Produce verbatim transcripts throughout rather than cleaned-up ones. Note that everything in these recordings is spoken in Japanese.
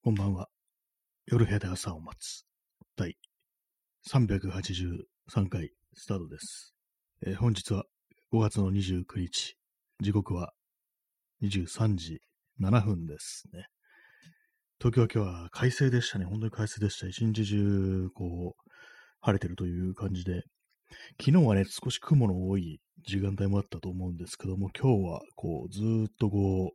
こんばんは。夜部屋で朝を待つ。第さんびゃくはちじゅうさんかいスタートです。えー本日はごがつのにじゅうくにち。時刻はにじゅうさんじななふんですね。東京は今日は快晴でしたね。本当に快晴でした。一日中、こう、晴れてるという感じで。昨日はね、少し雲の多い時間帯もあったと思うんですけども、今日はこう、ずーっとこう、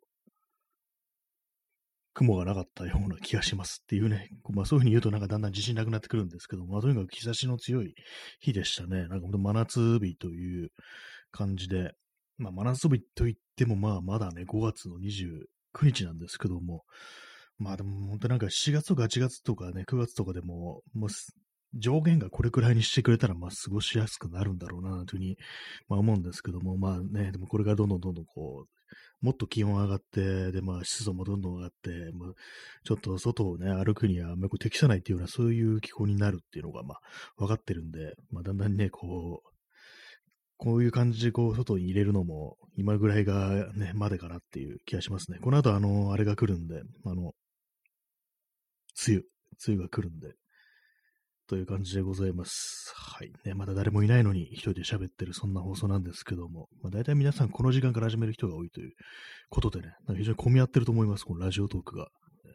雲がなかったような気がしますっていうね、まあそういうふうに言うとなんかだんだん自信なくなってくるんですけども、まあとにかく日差しの強い日でしたね。なんか本当真夏日という感じで、まあ真夏日といってもまあまだね、ごがつのにじゅうくにちなんですけども、まあでも本当なんかしがつとかはちがつとかね、くがつとかでも、もう上限がこれくらいにしてくれたら、まあ過ごしやすくなるんだろうな、というふうに、まあ思うんですけども、まあね、でもこれからどんどんどんどんこう、もっと気温上がって、で、まあ、湿度もどんどん上がって、まあ、ちょっと外をね、歩くにはあんまり適さないっていうような、そういう気候になるっていうのが、まあ、分かってるんで、まあ、だんだんね、こう、こういう感じで、こう、外に入れるのも、今ぐらいがね、までかなっていう気がしますね。この後、あの、あれが来るんで、あの、梅雨、梅雨が来るんで、という感じでございます。はい。ね、まだ誰もいないのに一人で喋ってる、そんな放送なんですけども、まあ、大体皆さんこの時間から始める人が多いということでね、なんか非常に混み合ってると思います、このラジオトークが。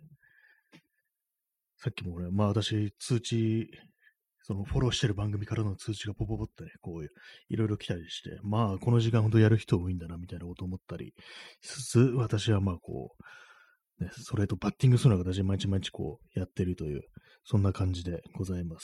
さっきもね、まあ私、通知、そのフォローしてる番組からの通知がポポポってね、こういう、いろいろ来たりして、まあこの時間ほどやる人多いんだな、みたいなことを思ったりしつつ、私はまあこう、ね、それとバッティングするのが私毎日毎日こうやってるという、そんな感じでございます。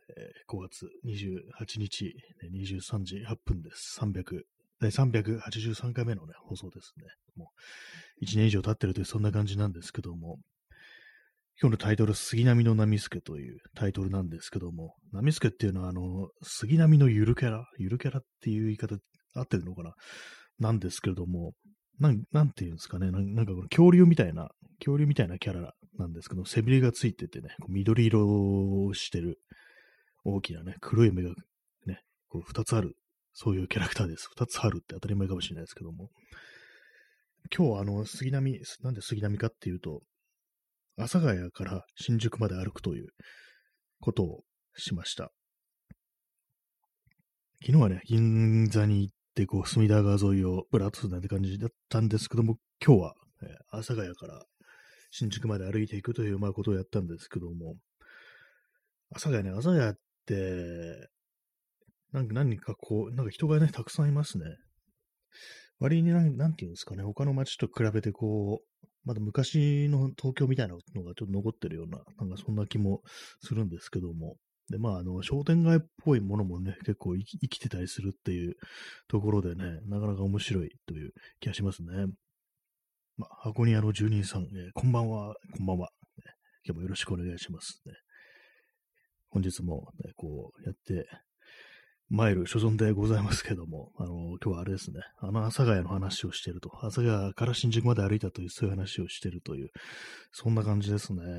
えー、ごがつにじゅうはちにち、ね、にじゅうさんじはっぷんです。さんびゃく、第さんびゃくはちじゅうさんかいめのね、放送ですね。もう、いちねん以上経ってるという、そんな感じなんですけども、今日のタイトル、杉並の波助というタイトルなんですけども、波助っていうのは、あの、杉並のゆるキャラ、ゆるキャラっていう言い方合ってるのかななんですけれども、なん、なんていうんですかね、なんなんかこの恐竜みたいな、恐竜みたいなキャラなんですけど、背びれがついててね、こう緑色をしてる大きなね、黒い目がね、こう二つある、そういうキャラクターです。二つあるって当たり前かもしれないですけども、今日はあの、杉並、なんで杉並かっていうと、阿佐ヶ谷から新宿まで歩くということをしました。昨日はね、銀座に行って、こう、隅田川沿いをブラッとするなんて感じだったんですけども、今日は、えー阿佐ヶ谷から新宿まで歩いていくという、まあ、ことをやったんですけども、阿佐ヶ谷ね、阿佐ヶ谷って、なんか何かこう、なんか人がね、たくさんいますね。割になん、なんていうんですかね、他の街と比べてこう、まだ昔の東京みたいなのがちょっと残ってるような、なんかそんな気もするんですけども。で、まあ、あの、商店街っぽいものもね、結構生き生きてたりするっていうところでね、なかなか面白いという気がしますね。まあ、箱庭の住人さん、えーこんばんは、こんばんは、ね。今日もよろしくお願いしますね。本日も、ね、こうやって参る所存でございますけども、あの、今日はあれですね、あの阿佐ヶ谷の話をしていると、阿佐ヶ谷から新宿まで歩いたという、そういう話をしているという、そんな感じですね。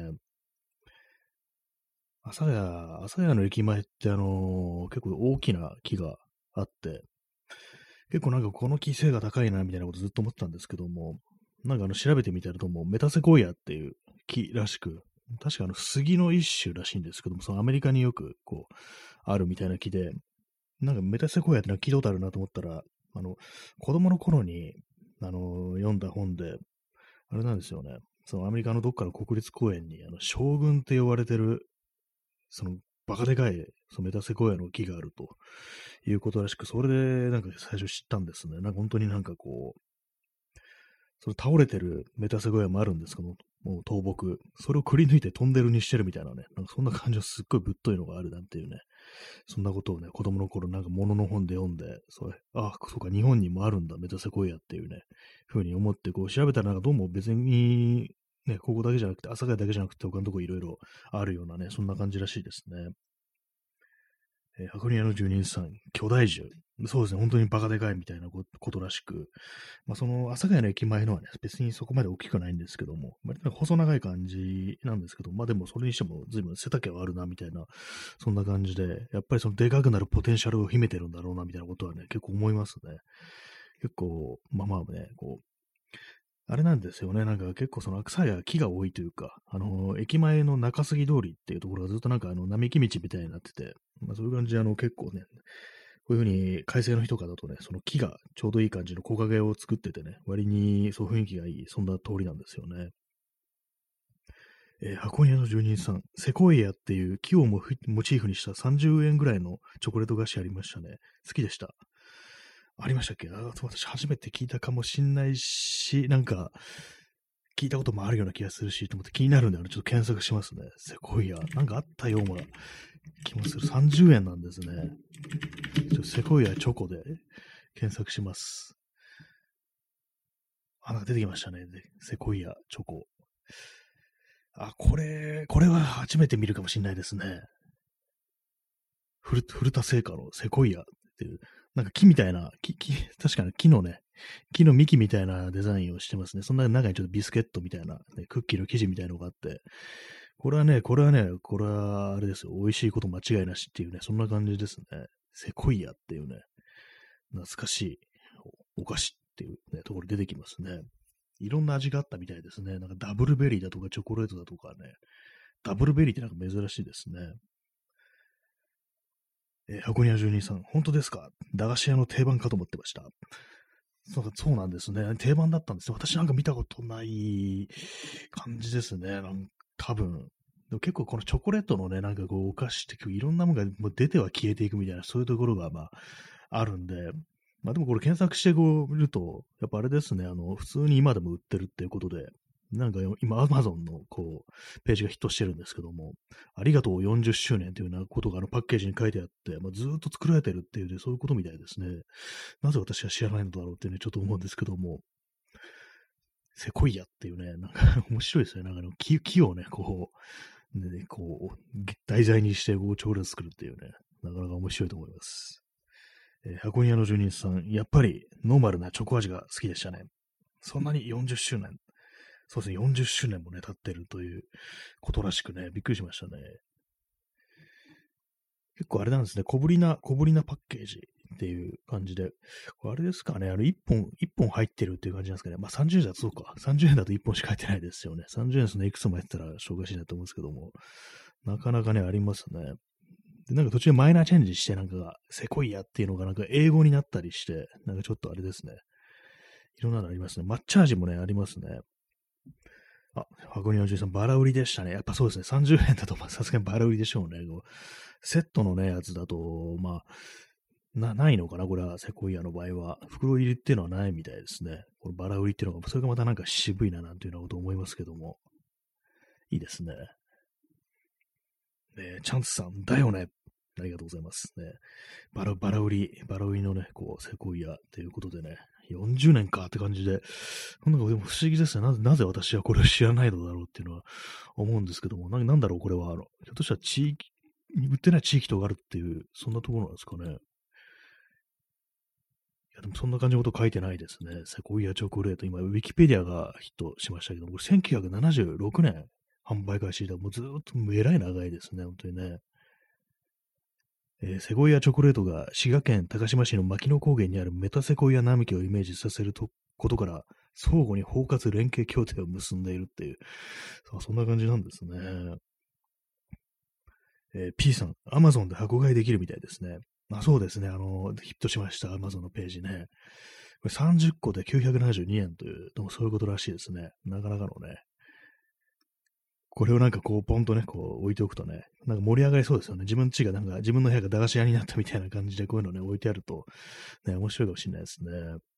阿佐ヶ谷、阿佐ヶ谷の駅前ってあの結構大きな木があって、結構なんかこの木背が高いな、みたいなことずっと思ってたんですけども、なんかあの調べてみたらともうメタセコイアっていう木らしく、確かあの杉の一種らしいんですけども、そのアメリカによくこう、あるみたいな木で、なんかメタセコイアってのは聞いたことあるなと思ったら、あの、子供の頃に、あの、読んだ本で、あれなんですよね。そのアメリカのどっかの国立公園に、あの、将軍って呼ばれてる、その、バカでかい、そのメタセコイアの木があるということらしく、それでなんか最初知ったんですね。なんか本当になんかこう、その倒れてるメタセコイアもあるんですけど、もう倒木。それをくり抜いてトンネルにしてるみたいなね。なんかそんな感じのすっごいぶっといのがあるなんていうね。そんなことをね、子供の頃なんか物の本で読んで、それ、あ、そうか、日本にもあるんだ、メタセコイアっていうね、ふうに思って、こう調べたらなんかどうも別に、ね、ここだけじゃなくて、朝霞だけじゃなくて、他のとこいろいろあるようなね、そんな感じらしいですね。えー箱庭の住人さん、巨大獣。そうですね、本当にバカでかいみたいなことらしく、まあ、その、阿佐ヶ谷の駅前のはね、別にそこまで大きくないんですけども、まあ、細長い感じなんですけど、まあでもそれにしても随分背丈はあるな、みたいな、そんな感じで、やっぱりそのでかくなるポテンシャルを秘めてるんだろうな、みたいなことはね、結構思いますね。結構、まあまあね、こう、 あれなんですよね。なんか結構その草や木が多いというか、あの、駅前の中杉通りっていうところがずっとなんかあの、並木道みたいになってて、まあそういう感じであの、結構ね、こういうふうに快晴の日とかだとね、その木がちょうどいい感じの木陰を作っててね、割にそう雰囲気がいい、そんな通りなんですよね。えー箱庭の住人さん、セコイアっていう木をモフモチーフにしたさんじゅうえんぐらいのチョコレート菓子ありましたね。好きでした。ありましたっけ？あ、私初めて聞いたかもしんないし、なんか、聞いたこともあるような気がするし、と思って気になるんで、あのちょっと検索しますね。セコイア。なんかあったような気もする。さんじゅうえんなんですね。ちょっとセコイアチョコで検索します。あ、なんか出てきましたね。でセコイアチョコ。あ、これ、これは初めて見るかもしれないですね。古古田製菓のセコイアっていう、なんか木みたいな、木、木、確かに木のね、木の幹みたいなデザインをしてますね。そんな中にちょっとビスケットみたいな、ね、クッキーの生地みたいなのがあって、これはね、これはね、これはあれですよ。美味しいこと間違いなしっていうね、そんな感じですね。セコイアっていうね、懐かしいお菓子っていうね、ところ出てきますね。いろんな味があったみたいですね。なんかダブルベリーだとかチョコレートだとかね。ダブルベリーってなんか珍しいですね。えー箱庭住人さん、本当ですか？駄菓子屋の定番かと思ってました。そうそうなんですね。定番だったんですよ。私なんか見たことない感じですね。なん多分。でも結構このチョコレートのね、なんかこうお菓子って結構いろんなものがもう出ては消えていくみたいな、そういうところがまああるんで、まあでもこれ検索してこう見ると、やっぱあれですね、あの、普通に今でも売ってるっていうことで、なんか今 Amazon のこう、ページがヒットしてるんですけども、ありがとうよんじゅっしゅうねんというようなことがあのパッケージに書いてあって、まあ、ずーっと作られてるっていうね、そういうことみたいですね。なぜ私は知らないのだろうってね、ちょっと思うんですけども、セコイアっていうね、なんか面白いですね。なんかあの木木をね、こう、ね、こう、題材にしてこうチョコレート作るっていうね、なかなか面白いと思います。えー箱庭の住人さん、やっぱりノーマルなチョコ味が好きでしたね。そんなによんじゅっしゅうねん。そうですね、よんじゅっしゅうねんもね、経ってるということらしくね、びっくりしましたね。結構あれなんですね、小ぶりな、小ぶりなパッケージっていう感じで、これあれですかね、あの、いっぽん、いっぽん入ってるっていう感じなんですかね。まあさんじゅうえんだとそうか。さんじゅうえんだといっぽんしか入ってないですよね。さんじゅうえんそのいくつもやってたら紹介しないと思うんですけども、なかなかね、ありますね。で、なんか途中でマイナーチェンジして、なんか、セコイアっていうのがなんか英語になったりして、なんかちょっとあれですね。いろんなのありますね。抹茶味もね、ありますね。あ、箱庭じゅうさん、バラ売りでしたね。やっぱそうですね。さんじゅうえんだと、まあ、さすがにバラ売りでしょうね。こうセットのね、やつだと、まあ、な、ないのかなこれは、セコイアの場合は。袋入りっていうのはないみたいですね。このバラ売りっていうのが、それがまたなんか渋いな、なんていうようなことを思いますけども。いいですね。ねチャンスさん、だよね。ありがとうございますね。バラ、バラ売り、バラ売りのね、こう、セコイアということでね、よんじゅうねんかって感じで、なんかでも不思議ですね。なぜ、なぜ私はこれを知らないのだろうっていうのは思うんですけども、な、なんだろう、これは、あの、ひょっとしたら地域、売ってない地域とかあるっていう、そんなところなんですかね。いや、でもそんな感じのこと書いてないですね。セコイアチョコレート。今、ウィキペディアがヒットしましたけども、これせんきゅうひゃくななじゅうろくねん販売開始で、もうずーっともうえらい長いですね、本当にね。えーセゴイアチョコレートが滋賀県高島市の牧野高原にあるメタセコイア並木をイメージさせるとことから、相互に包括連携協定を結んでいるっていう、そそんな感じなんですね。えー P さん、アマゾンで箱買いできるみたいですね。あ、そうですね。あの、ヒットしました。アマゾンのページね。これさんじゅっこできゅうひゃくななじゅうにえんという、でもそういうことらしいですね。なかなかのね。これをなんかこう、ポンとね、こう置いておくとね、なんか盛り上がりそうですよね。自分家がなんか、自分の部屋が駄菓子屋になったみたいな感じで、こういうのね、置いてあると、ね、面白いかもしれないですね。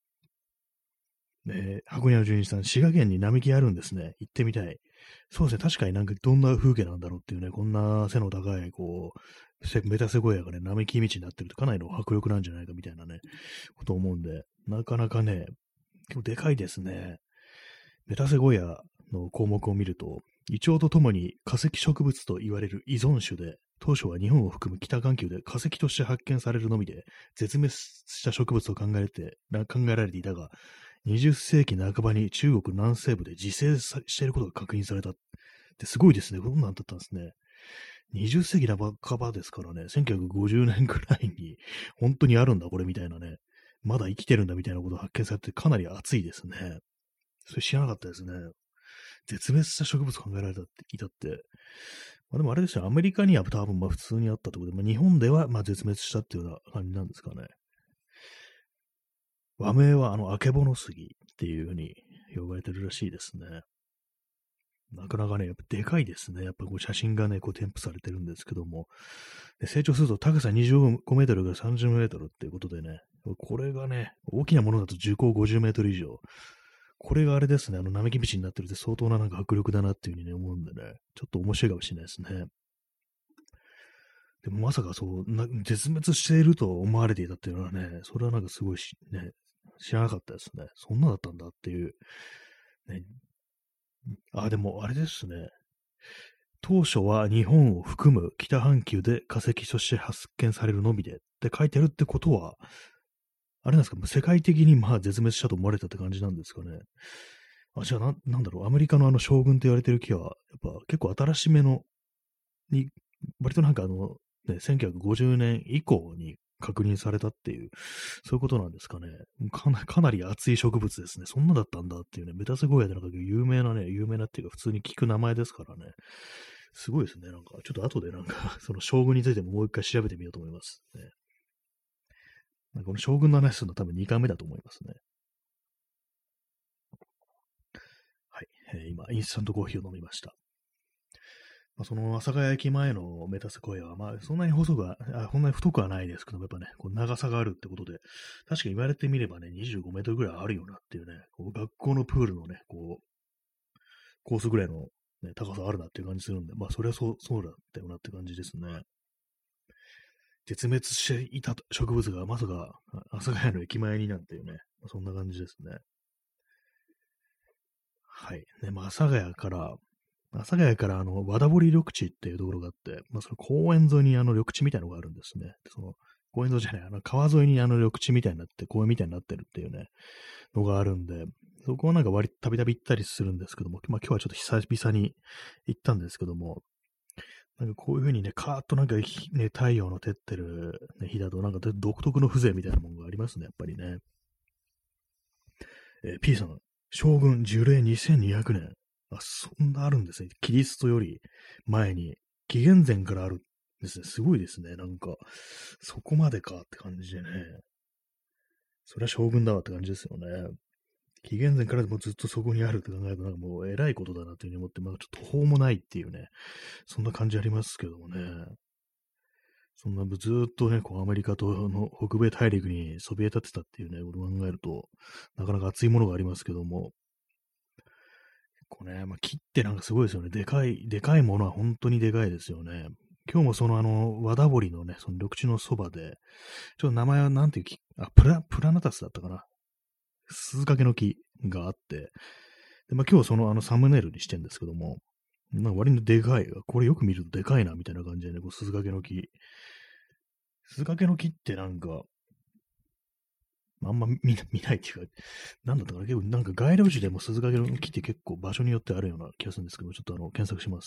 ね、箱庭純一さん、滋賀県に並木あるんですね。行ってみたい。そうですね。確かになんかどんな風景なんだろうっていうね、こんな背の高い、こう、セメタセコイアがね、並木道になってるとかなりの迫力なんじゃないかみたいなね、ことを思うんで、なかなかね、結構でかいですね。メタセコイアの項目を見ると、イチョウとともに化石植物と言われる依存種で、当初は日本を含む北半球で化石として発見されるのみで、絶滅した植物と考えて考えられていたが、にじゅっせいき半ばに中国南西部で自生していることが確認されたってすごいですね。こんなんだったんですね。にじゅっせいき半ばですからね、せんきゅうひゃくごじゅうねんくらいに本当にあるんだ、これみたいなね。まだ生きてるんだみたいなことを発見されてかなり熱いですね。 それ知らなかったですね。絶滅した植物考えられたっていたって。まあ、でもあれですよ、アメリカには多分まあ普通にあったってことで、まあ、日本ではまあ絶滅したっていうような感じなんですかね。和名はあの、あけぼの杉っていう風に呼ばれてるらしいですね。なかなかね、やっぱでかいですね。やっぱこう写真がね、こう添付されてるんですけども、で成長すると高さにじゅうごメートルからさんじゅうメートルっていうことでね、これがね、大きなものだと樹高ごじゅうメートル以上。これがあれですね、あの、並木道になってるって相当ななんか迫力だなっていうふうに、ね、思うんでね、ちょっと面白いかもしれないですね。でもまさかそう、な絶滅していると思われていたっていうのはね、それはなんかすごいし、ね、知らなかったですね。そんなだったんだっていう。ね、あ、でもあれですね。当初は日本を含む北半球で化石として発見されるのみでって書いてあるってことは、あれなんですか、世界的にまあ絶滅したと思われたって感じなんですかね。あ、じゃあな、なんだろう、アメリカのあの将軍と言われてる木は、やっぱ結構新しめの、に、割となんかあの、ね、せんきゅうひゃくごじゅうねん以降に確認されたっていう、そういうことなんですかね。かなかなり熱い植物ですね。そんなだったんだっていうね、メタセゴイアでなんか有名なね、有名なっていうか普通に聞く名前ですからね。すごいですね。なんか、ちょっと後でなんかその将軍についてももう一回調べてみようと思います。ね、なんかこの将軍の話するの多分にかいめだと思いますね。はい。えー今、インスタントコーヒーを飲みました。まあ、その、阿佐ヶ谷駅前のメタセコイアは、まあ、そんなに細くは、あそんなに太くはないですけども、やっぱね、こう長さがあるってことで、確かに言われてみればね、にじゅうごメートルぐらいあるよなっていうね、こう学校のプールのね、こう、コースぐらいの、ね、高さあるなっていう感じするんで、まあ、それはそう、そうだったよなって感じですね。絶滅していた植物がまさか、阿佐ヶ谷の駅前になんていうね、そんな感じですね。はい。ね、まあ、阿佐ヶ谷から、阿佐ヶ谷からあの、和田堀緑地っていうところがあって、まあ、その公園沿いにあの緑地みたいなのがあるんですね。でその公園沿いじゃない、あの川沿いにあの緑地みたいになって、公園みたいになってるっていうね、のがあるんで、そこはなんか割とたびたび行ったりするんですけども、まあ今日はちょっと久々に行ったんですけども、なんかこういう風にね、カーッとなんか、ね、太陽の照ってる、ね、日だと、なんか独特の風情みたいなものがありますね、やっぱりね。えー P さん、将軍樹齢にせんにひゃくねん。あ、そんなあるんですね。キリストより前に、紀元前からあるんですね。すごいですね。なんか、そこまでかって感じでね。それは将軍だわって感じですよね。紀元前からでもずっとそこにあるって考えると、なんかもう偉いことだなっていうふうに思って、まあちょっと途方もないっていうね、そんな感じありますけどもね。そんなずーっとね、こうアメリカとの北米大陸にそびえ立ってたっていうね、ことを考えると、なかなか熱いものがありますけども、こうね、まあ、木ってなんかすごいですよね。でかい、でかいものは本当にでかいですよね。今日もそのあの、和田堀のね、その緑地のそばで、ちょっと名前はなんていう木、あ、プラ、プラナタスだったかな。鈴掛の木があって、で、まあ、今日そのあのサムネイルにしてるんですけども、なんか割にでかい。これよく見るとでかいな、みたいな感じでね、こう鈴掛の木。鈴掛の木ってなんか、あんま見見ないっていうか、なんだったかな、結構なんか街路樹でも鈴掛の木って結構場所によってあるような気がするんですけど、ちょっとあの、検索します。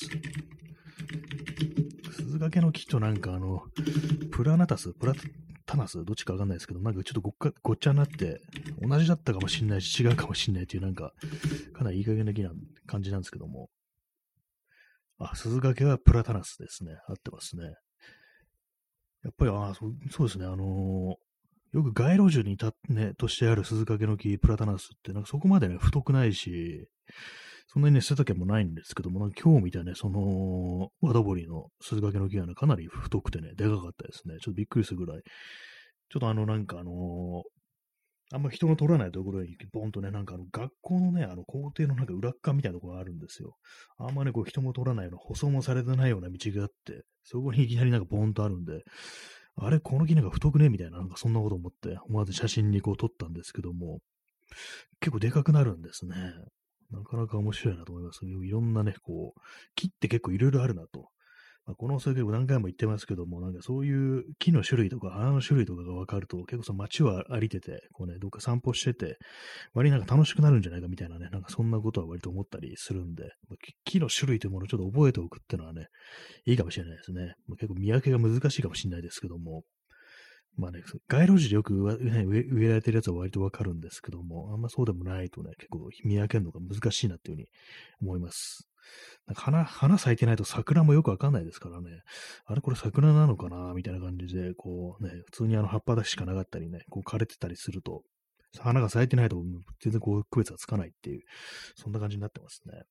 鈴掛の木となんかあの、プラナタス、プラタナス、どっちかわかんないですけど、なんかちょっとごっかごっちゃになって、同じだったかもしんないし、違うかもしんないっていう、なんか、かなりいい加減な木な感じなんですけども。あ、鈴掛はプラタナスですね。合ってますね。やっぱり、あそうそうですね、あのーよく街路樹にた、ね、としてある鈴掛の木、プラタナスって、なんかそこまでね、太くないし、そんなにね、背丈もないんですけども、なんか今日みたいね、その、和田堀の鈴掛の木はね、かなり太くてね、でかかったですね。ちょっとびっくりするぐらい。ちょっとあの、なんかあのーあんま人の通らないところに、ボンとね、なんかあの、学校のね、あの、校庭のなんか裏っ側みたいなところがあるんですよ。あんまね、こう、人も通らないような、舗装もされてないような道があって、そこにいきなりなんかボンとあるんで、あれ、この木なんか太くねみたいな、なんかそんなこと思って、思わず写真にこう撮ったんですけども、結構でかくなるんですね。なかなか面白いなと思います。いろんなね、こう、木って結構いろいろあるなと。まあ、この先何回も言ってますけども、なんかそういう木の種類とか花の種類とかが分かると、結構その街を歩いてて、こうね、どっか散歩してて、割になんか楽しくなるんじゃないかみたいなね、なんかそんなことは割と思ったりするんで、まあ木の種類というものをちょっと覚えておくっていうのはね、いいかもしれないですね。まあ、結構見分けが難しいかもしれないですけども、 まあね、街路樹でよく植え植え植えられてるやつは割とわかるんですけども、あんまそうでもないとね、結構見分けるのが難しいなっていうふうに思います。なんか花、花咲いてないと桜もよくわかんないですからね。あれこれ桜なのかなみたいな感じで、こうね、普通にあの葉っぱしかなかったりね、こう枯れてたりすると、花が咲いてないと全然こう区別がつかないっていう、そんな感じになってますね。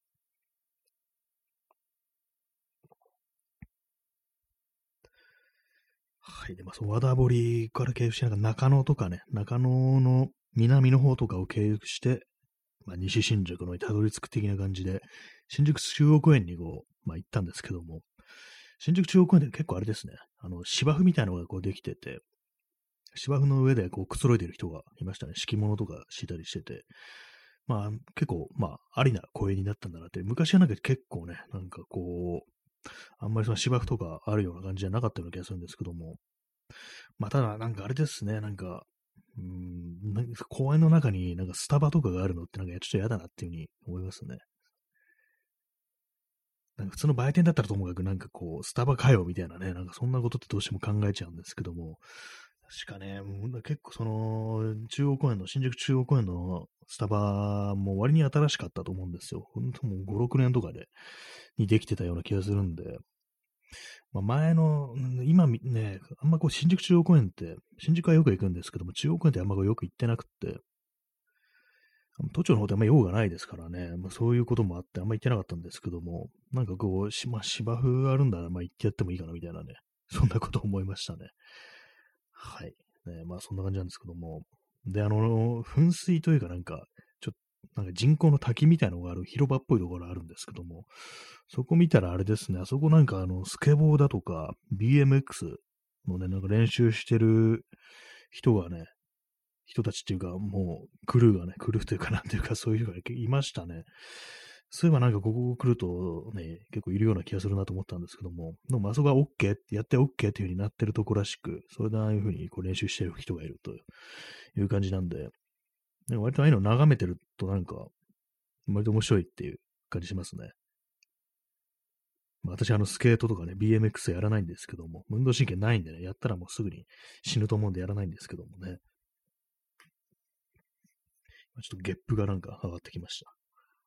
はい。で、まあ、そう、和田堀から経由して、なんか中野とかね、中野の南の方とかを経由して、まあ、西新宿のにたどり着く的な感じで、新宿中央公園にこう、まあ、行ったんですけども、新宿中央公園って結構あれですね、あの、芝生みたいなのがこうできてて、芝生の上でこうくつろいでる人がいましたね。敷物とか敷いたりしてて。まあ、結構、まあ、ありな公園になったんだなって。昔はなんか結構ね、なんかこう、あんまりその芝生とかあるような感じじゃなかったような気がするんですけども、まあ、ただ、なんかあれですね、なんか、うーん、なんか公園の中になんかスタバとかがあるのってなんかちょっと嫌だなっていうふうに思いますね。なんか普通の売店だったらともかくなんかこう、スタバかよみたいなね、なんかそんなことってどうしても考えちゃうんですけども、確かね、もう結構その、中央公園の、新宿中央公園のスタバも割に新しかったと思うんですよ。ほんともうご、ろくねんとかで、にできてたような気がするんで、まあ、前の、今ね、あんまこう新宿中央公園って、新宿はよく行くんですけども、中央公園ってあんまこうよく行ってなくって、都庁の方ってあんま用がないですからね、まあ、そういうこともあってあんま行ってなかったんですけども、なんかこう、しまあ、芝生あるんだら、まあ行ってやってもいいかなみたいなね、そんなこと思いましたね。はい。ね、まあそんな感じなんですけども、で、あの、噴水というかなんか、ちょっと、なんか人工の滝みたいなのがある広場っぽいところがあるんですけども、そこ見たらあれですね、あそこなんかあの、スケボーだとか、ビーエムエックス のね、なんか練習してる人がね、人たちっていうか、もう、クルーがね、クルーというか、なんていうか、そういう人がいましたね。そういえばなんかここ来るとね、結構いるような気がするなと思ったんですけども、でもあそこが OK ってやって OK っていう風になってるとこらしく、それでああいう風にこう練習してる人がいるという感じなんで、でも割とああいうのを眺めてるとなんか、割と面白いっていう感じしますね。まあ、私、あの、スケートとかね、ビーエムエックス やらないんですけども、運動神経ないんでね、やったらもうすぐに死ぬと思うんでやらないんですけどもね、ちょっとゲップがなんか上がってきました。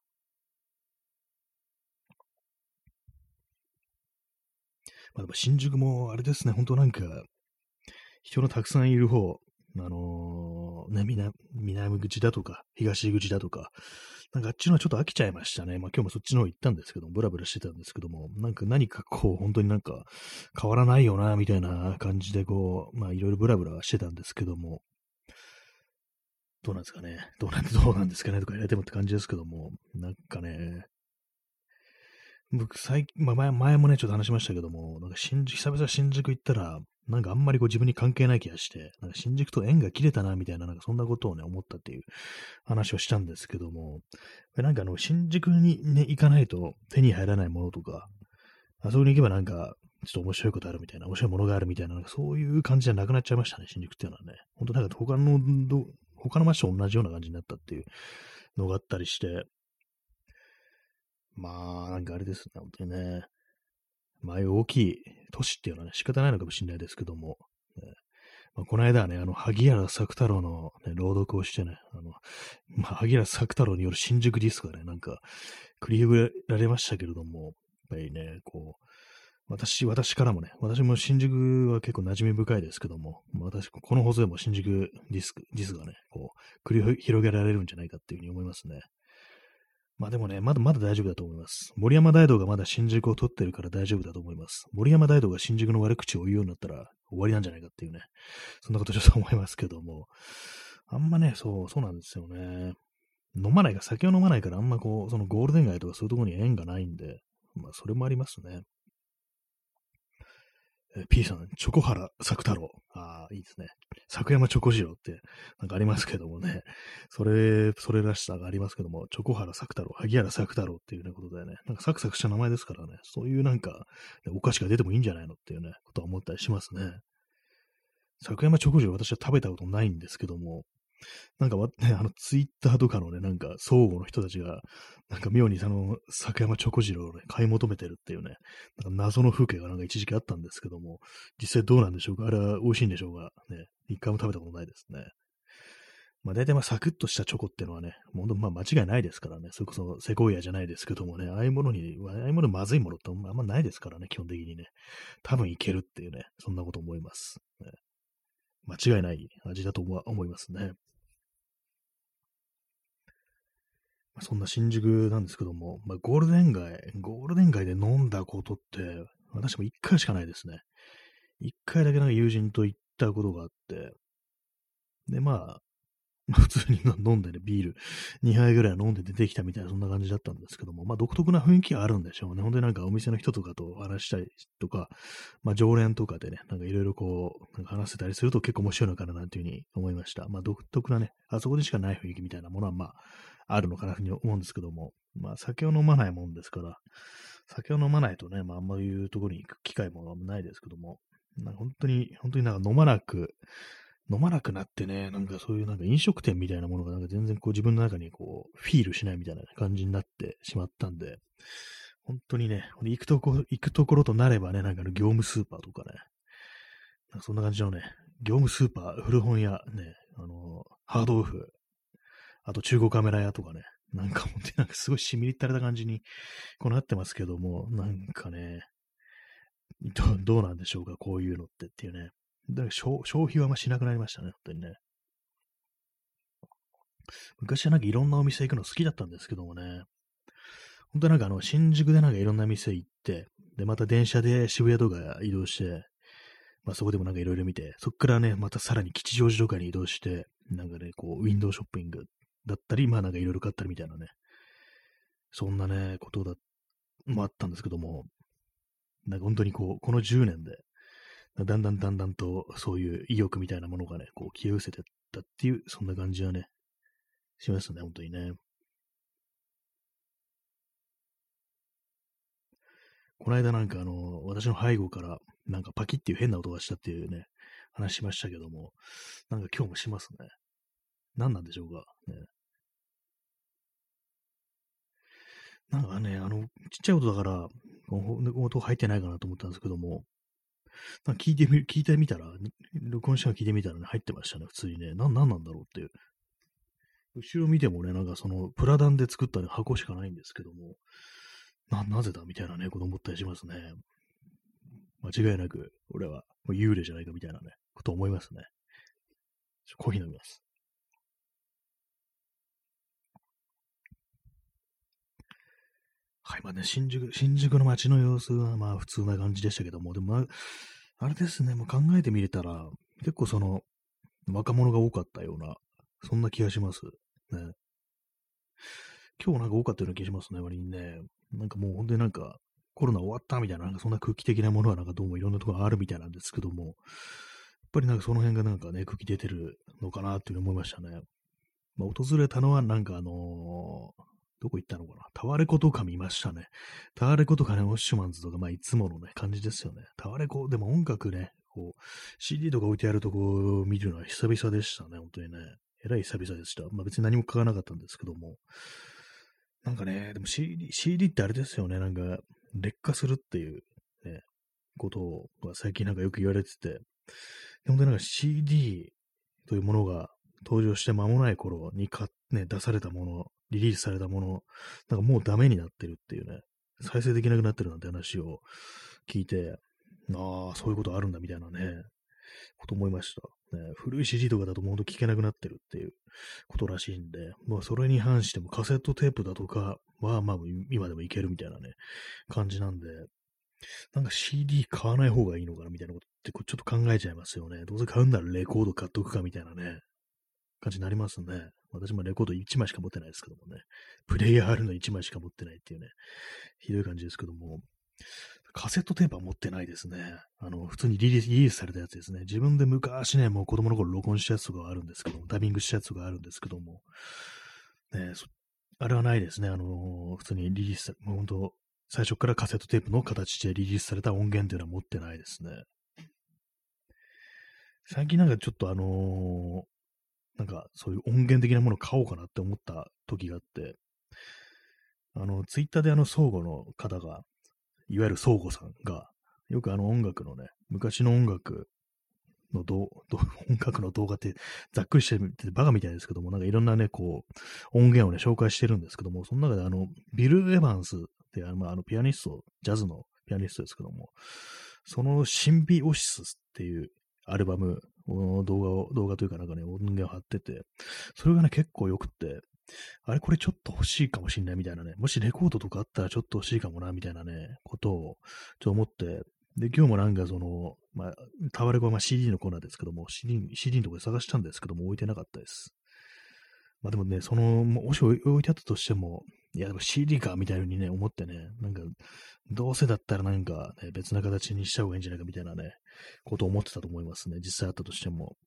まあ、でも新宿もあれですね、本当なんか、人のたくさんいる方、あのーね、南、南口だとか、東口だとか、なんかあっちのはちょっと飽きちゃいましたね。まあ今日もそっちの方行ったんですけども、ブラブラしてたんですけども、なんか何かこう、本当になんか変わらないよな、みたいな感じでこう、まあいろいろブラブラしてたんですけども、どうなんですかね。どうなん、どうなんですかねとか言われてもって感じですけども、なんかね、僕、最近、まあ前、前もね、ちょっと話しましたけども、なんか新宿、久々新宿行ったら、なんかあんまりこう自分に関係ない気がして、なんか新宿と縁が切れたな、みたいな、なんかそんなことをね、思ったっていう話をしたんですけども、なんかあの、新宿にね、行かないと手に入らないものとか、あそこに行けばなんか、ちょっと面白いことあるみたいな、面白いものがあるみたいな、なんかそういう感じじゃなくなっちゃいましたね、新宿っていうのはね。本当なんか他のど、他の街と同じような感じになったっていうのがあったりして、まあ、なんかあれですね、本当にね。まあ、ああいう大きい都市っていうのはね、仕方ないのかもしれないですけども、ね、まあ、この間はね、あの、萩原作太郎の、ね、朗読をしてね、あの、まあ、萩原作太郎による新宿ディスクがね、なんか、繰り広げられましたけれども、やっぱりね、こう、私、私からもね、私も新宿は結構馴染み深いですけども、まあ私、この放送でも新宿ディスク、ディスクがね、こう、繰り広げられるんじゃないかっていうふうに思いますね。まあでもね、まだまだ大丈夫だと思います。森山大道がまだ新宿を取ってるから大丈夫だと思います。森山大道が新宿の悪口を言うようになったら終わりなんじゃないかっていうね、そんなことちょっと思いますけども。あんまね、そう、そうなんですよね。飲まないか、酒を飲まないからあんまこう、そのゴールデン街とかそういうところに縁がないんで、まあそれもありますね。え P さん、チョコハラ作太郎。ああ、いいですね。作山チョコ次郎って、なんかありますけどもね。それ、それらしさがありますけども、チョコハラ作太郎、萩原作太郎っていうね、ことでね、なんかサクサクした名前ですからね、そういうなんか、お菓子が出てもいいんじゃないのっていうね、ことは思ったりしますね。作山チョコ次郎、私は食べたことないんですけども、 なんかわ、ね、あの、ツイッターとかのね、なんか、相互の人たちが、なんか妙にその、坂山チョコ次郎をね、買い求めてるっていうね、なんか謎の風景がなんか一時期あったんですけども、実際どうなんでしょうか。あれは美味しいんでしょうかね。一回も食べたことないですね。まあ大体まあサクッとしたチョコっていうのはね、もうまあ間違いないですからね。それこそセコイアじゃないですけどもね、ああいうものに、ああいうものまずいものってあんまないですからね、基本的にね。多分いけるっていうね、そんなこと思います。ね、間違いない味だと思いますね。まあ、そんな新宿なんですけども、まあ、ゴールデン街、ゴールデン街で飲んだことって、私も一回しかないですね。一回だけなんか友人と行ったことがあって、で、まあ、まあ普通に飲んでね、ビールにはいぐらい飲んで出てきたみたいな、そんな感じだったんですけども、まあ独特な雰囲気があるんでしょうね。本当になんかお店の人とかと話したりとか、まあ常連とかでね、なんかいろいろこう、なんか話せたりすると結構面白いのかななんていうふうに思いました。まあ独特なね、あそこでしかない雰囲気みたいなものはまあ、あるのかなというふうに思うんですけども、まあ酒を飲まないもんですから、酒を飲まないとね、まああんまりいうところに行く機会もないですけども、なんか本当に、本当になんか飲まなく、飲まなくなってね、なんかそういうなんか飲食店みたいなものがなんか全然こう自分の中にこうフィールしないみたいな感じになってしまったんで、本当にね、行くとこ、行くところとなればね、なんかあの業務スーパーとかね、なんかそんな感じのね、業務スーパー、古本屋、ね、あの、ハードオフ、あと中古カメラ屋とかね、なんか本当になんかすごいしみりったれた感じにこうなってますけども、なんかね、どどうなんでしょうか、こういうのってっていうね。だから消消費はあんましなくなりましたね、本当にね。昔はなんかいろんなお店行くの好きだったんですけどもね、本当なんかあの、新宿でなんかいろんな店行って、で、また電車で渋谷とか移動して、まあそこでもなんかいろいろ見て、そこからね、またさらに吉祥寺とかに移動して、なんかね、こう、ウィンドウショッピングだったり、まあなんかいろいろ買ったりみたいなね、そんなね、ことだ、もあったんですけども、なんか本当にこう、このじゅうねんで、だんだんだんだんとそういう意欲みたいなものがね、こう消え失せてったっていう、そんな感じはね、しますね、本当にね。この間なんかあの、私の背後からなんかパキっていう変な音がしたっていうね、話しましたけども、なんか今日もしますね。何なんでしょうか。ね、なんかね、あの、ちっちゃい音だから、この音入ってないかなと思ったんですけども、なんか聞いてみ、聞いてみたら、録音したの聞いてみたらね、入ってましたね、普通にね。なん、なんなんだろうっていう。後ろ見てもね、なんかその、プラダンで作った、ね、箱しかないんですけども、な、なぜだみたいなね、こと思ったりしますね。間違いなく、俺は、もう幽霊じゃないかみたいなね、こと思いますね。ちょコーヒー飲みます。はい、まあね、新宿、新宿の街の様子はまあ普通な感じでしたけども、でも、まあ、あれですね、もう考えてみれたら、結構その、若者が多かったような、そんな気がします。ね。今日なんか多かったような気がしますね、割にね。なんかもう本当になんか、コロナ終わったみたいな、なんかそんな空気的なものはなんかどうもいろんなところあるみたいなんですけども、やっぱりなんかその辺がなんかね、空気出てるのかなっていうふうに思いましたね。まあ、訪れたのはなんかあのーどこ行ったのかな、タワレコとか見ましたね。タワレコとかね、オッシュマンズとか、まあいつものね、感じですよね。タワレコ、でも音楽ね、こう、シーディー とか置いてあるとこを見るのは久々でしたね、本当にね。えらい久々でした。まあ別に何も買わなかったんですけども。なんかね、でも シーディー、シーディー ってあれですよね、なんか、劣化するっていう、ね、ことが最近なんかよく言われてて、本当になんか シーディー というものが登場して間もない頃にか、ね、出されたもの、リリースされたもの、なんかもうダメになってるっていうね、再生できなくなってるなんて話を聞いて、ああ、そういうことあるんだみたいなね、こと思いました。ね、古い シーディー とかだともうほんと聞けなくなってるっていうことらしいんで、まあそれに関してもカセットテープだとかはまあ今でもいけるみたいなね、感じなんで、なんか シーディー 買わない方がいいのかなみたいなことってちょっと考えちゃいますよね。どうせ買うんならレコード買っとくかみたいなね、感じになりますね。私もレコードいちまいしか持ってないですけどもね。プレイヤーあるのいちまいしか持ってないっていうね、ひどい感じですけども、カセットテープは持ってないですね。あの、普通にリリース、リリースされたやつですね。自分で昔ね、もう子供の頃録音したやつとかはあるんですけども、ダビングしたやつとかあるんですけども、ね、あれはないですね。あのー普通にリリースされ、もう本当、最初からカセットテープの形でリリースされた音源っていうのは持ってないですね。最近なんかちょっとあのーなんかそういう音源的なものを買おうかなって思った時があって、あの、ツイッターであの、相互の方が、いわゆる相互さんが、よくあの音楽のね、昔の音楽のどど音楽の動画ってざっくりしててバカみたいですけども、なんかいろんなね、こう、音源をね、紹介してるんですけども、その中であの、ビル・エヴァンスってあの、まあ、あのピアニスト、ジャズのピアニストですけども、そのシンビオシスっていうアルバムの動画を、動画というかなんかね、音源を貼ってて、それがね、結構良くって、あれこれちょっと欲しいかもしんないみたいなね、もしレコードとかあったらちょっと欲しいかもな、みたいなね、ことをちょっと思って、で、今日もなんかその、まあ、タワレコはまあ シーディー のコーナーですけども、シーディー、シーディー のところで探したんですけども、置いてなかったです。まあでもね、その、もし置いてあったとしても、いやでも シーディー か、みたいな風にね、思ってね、なんか、どうせだったらなんかね、別な形にした方がいいんじゃないかみたいなね、ことを思ってたと思いますね。実際あったとしても。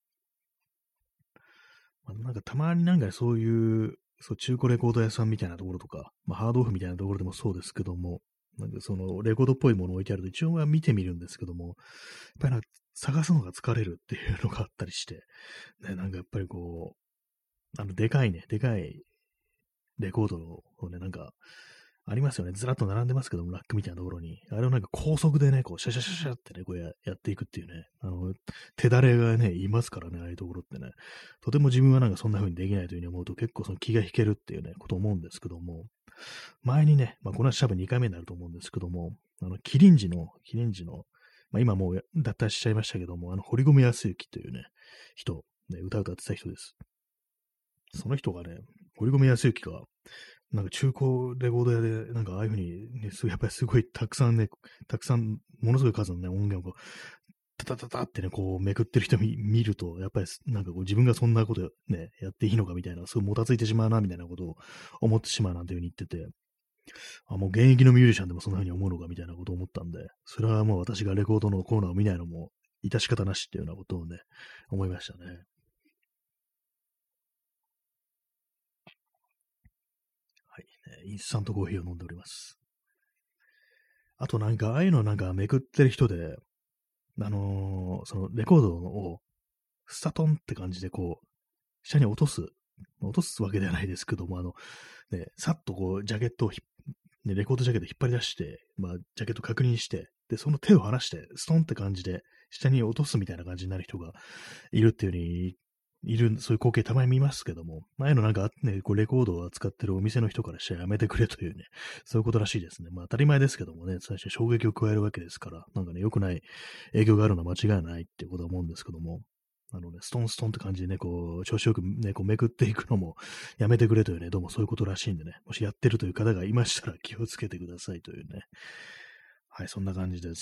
まあ、なんかたまになんかそういう、そう、中古レコード屋さんみたいなところとか、まあ、ハードオフみたいなところでもそうですけども、なんかそのレコードっぽいものを置いてあると一応は見てみるんですけども、やっぱりなんか探すのが疲れるっていうのがあったりして、ね、なんかやっぱりこう、あの、でかいね、でかいレコードをね、なんか、ありますよね。ずらっと並んでますけども、ラックみたいなところに。あれをなんか高速でね、こう、シャシャシャシャってね、こうややっていくっていうね、あの、手だれがね、いますからね、ああいうところってね。とても自分はなんかそんな風にできないというふうに思うと、結構その気が引けるっていうね、ことを思うんですけども、前にね、まあ、この話多分にかいめになると思うんですけども、あの、キリンジの、キリンジの、まあ、今もう脱退しちゃいましたけども、あの、堀米康之というね、人、ね、歌歌ってた人です。その人がね、堀米康之が、なんか中古レコード屋で、なんかああいうふうに、ね、すやっぱりすごいたくさんね、たくさん、ものすごい数のね、音源をこう、タタタタってね、こうめくってる人見見ると、やっぱりなんかこう自分がそんなことね、やっていいのかみたいな、すごいもたついてしまうな、みたいなことを思ってしまうなんていうふうに言ってて、あ、もう現役のミュージシャンでもそんなふうに思うのかみたいなことを思ったんで、それはもう私がレコードのコーナーを見ないのも、致し方なしっていうようなことをね、思いましたね。はい。ねインスタントコーヒーを飲んでおります。あとなんか、ああいうのなんかめくってる人で、あのーそのレコードをスタトンって感じでこう、下に落とす。落とすわけではないですけども、あの、ね、さっとこう、ジャケットをひね、レコードジャケット引っ張り出して、まあ、ジャケット確認して、で、その手を離して、ストンって感じで、下に落とすみたいな感じになる人がいるっていう風に、いる、そういう光景たまに見ますけども、ああいうのなんかね、こうレコードを扱ってるお店の人からしてやめてくれというね、そういうことらしいですね。まあ当たり前ですけどもね、最初に衝撃を加えるわけですから、なんかね、良くない影響があるのは間違いないっていうことは思うんですけども、あのね、ストンストンって感じでね、こう、調子よくね、こうめくっていくのもやめてくれというね、どうもそういうことらしいんでね、もしやってるという方がいましたら気をつけてくださいというね。はい、そんな感じです。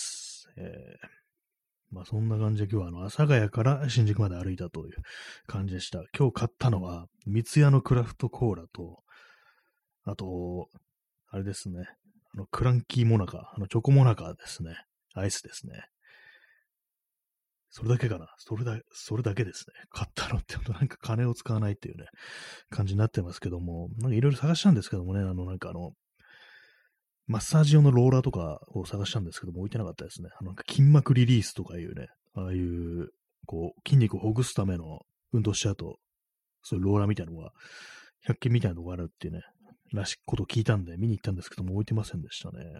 えーまあそんな感じで今日はあの、阿佐ヶ谷から新宿まで歩いたという感じでした。今日買ったのは、三ツ矢のクラフトコーラと、あと、あれですね、あの、クランキーモナカ、あの、チョコモナカですね。アイスですね。それだけかな。それだ、それだけですね。買ったのって、なんか金を使わないっていうね、感じになってますけども、なんかいろいろ探したんですけどもね、あの、なんかあの、マッサージ用のローラーとかを探したんですけども、置いてなかったですね。あの、なんか筋膜リリースとかいうね、ああいう、こう、筋肉をほぐすための運動しちゃうと、そういうローラーみたいなのが、ひゃっ均みたいなのがあるっていうね、らしいことを聞いたんで、見に行ったんですけども、置いてませんでしたね。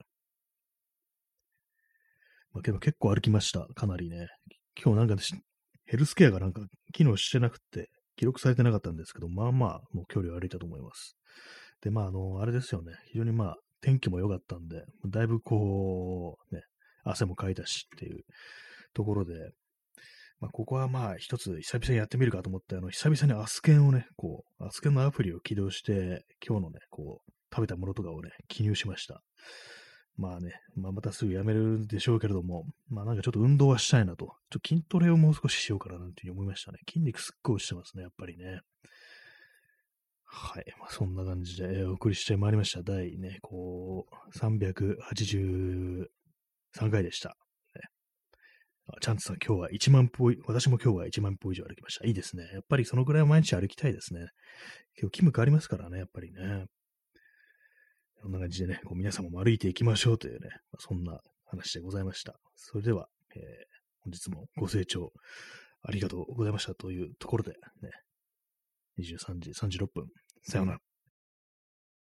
まあ、けど結構歩きました。かなりね。今日なんかしヘルスケアがなんか機能してなくて、記録されてなかったんですけど、まあまあ、もう距離を歩いたと思います。で、まあ、あの、あれですよね。非常にまあ、天気も良かったんで、だいぶこう、ね、汗もかいたしっていうところで、まあ、ここはまあ、一つ久々にやってみるかと思って、あの、久々にアスケンをね、こう、アスケンのアプリを起動して、今日のね、こう、食べたものとかをね、記入しました。まあね、まあ、またすぐやめるでしょうけれども、まあなんかちょっと運動はしたいなと。ちょっと筋トレをもう少ししようかななんていうふうに思いましたね。筋肉すっごい落ちてますね、やっぱりね。はい。まあ、そんな感じで、えーお送りしてまいりました。第ね、こう、さんびゃくはちじゅうさんかいでした。ね、あチャンツさん、今日はいちまん歩い、私も今日はいちまん歩以上歩きました。いいですね。やっぱりそのぐらいは毎日歩きたいですね。今日気分変わりますからね、やっぱりね。こんな感じでね、こう皆様も歩いていきましょうというね、まあ、そんな話でございました。それでは、えー本日もご清聴ありがとうございましたというところで、ね、 にじゅうさんじさんじゅうろっぷん。さようなら。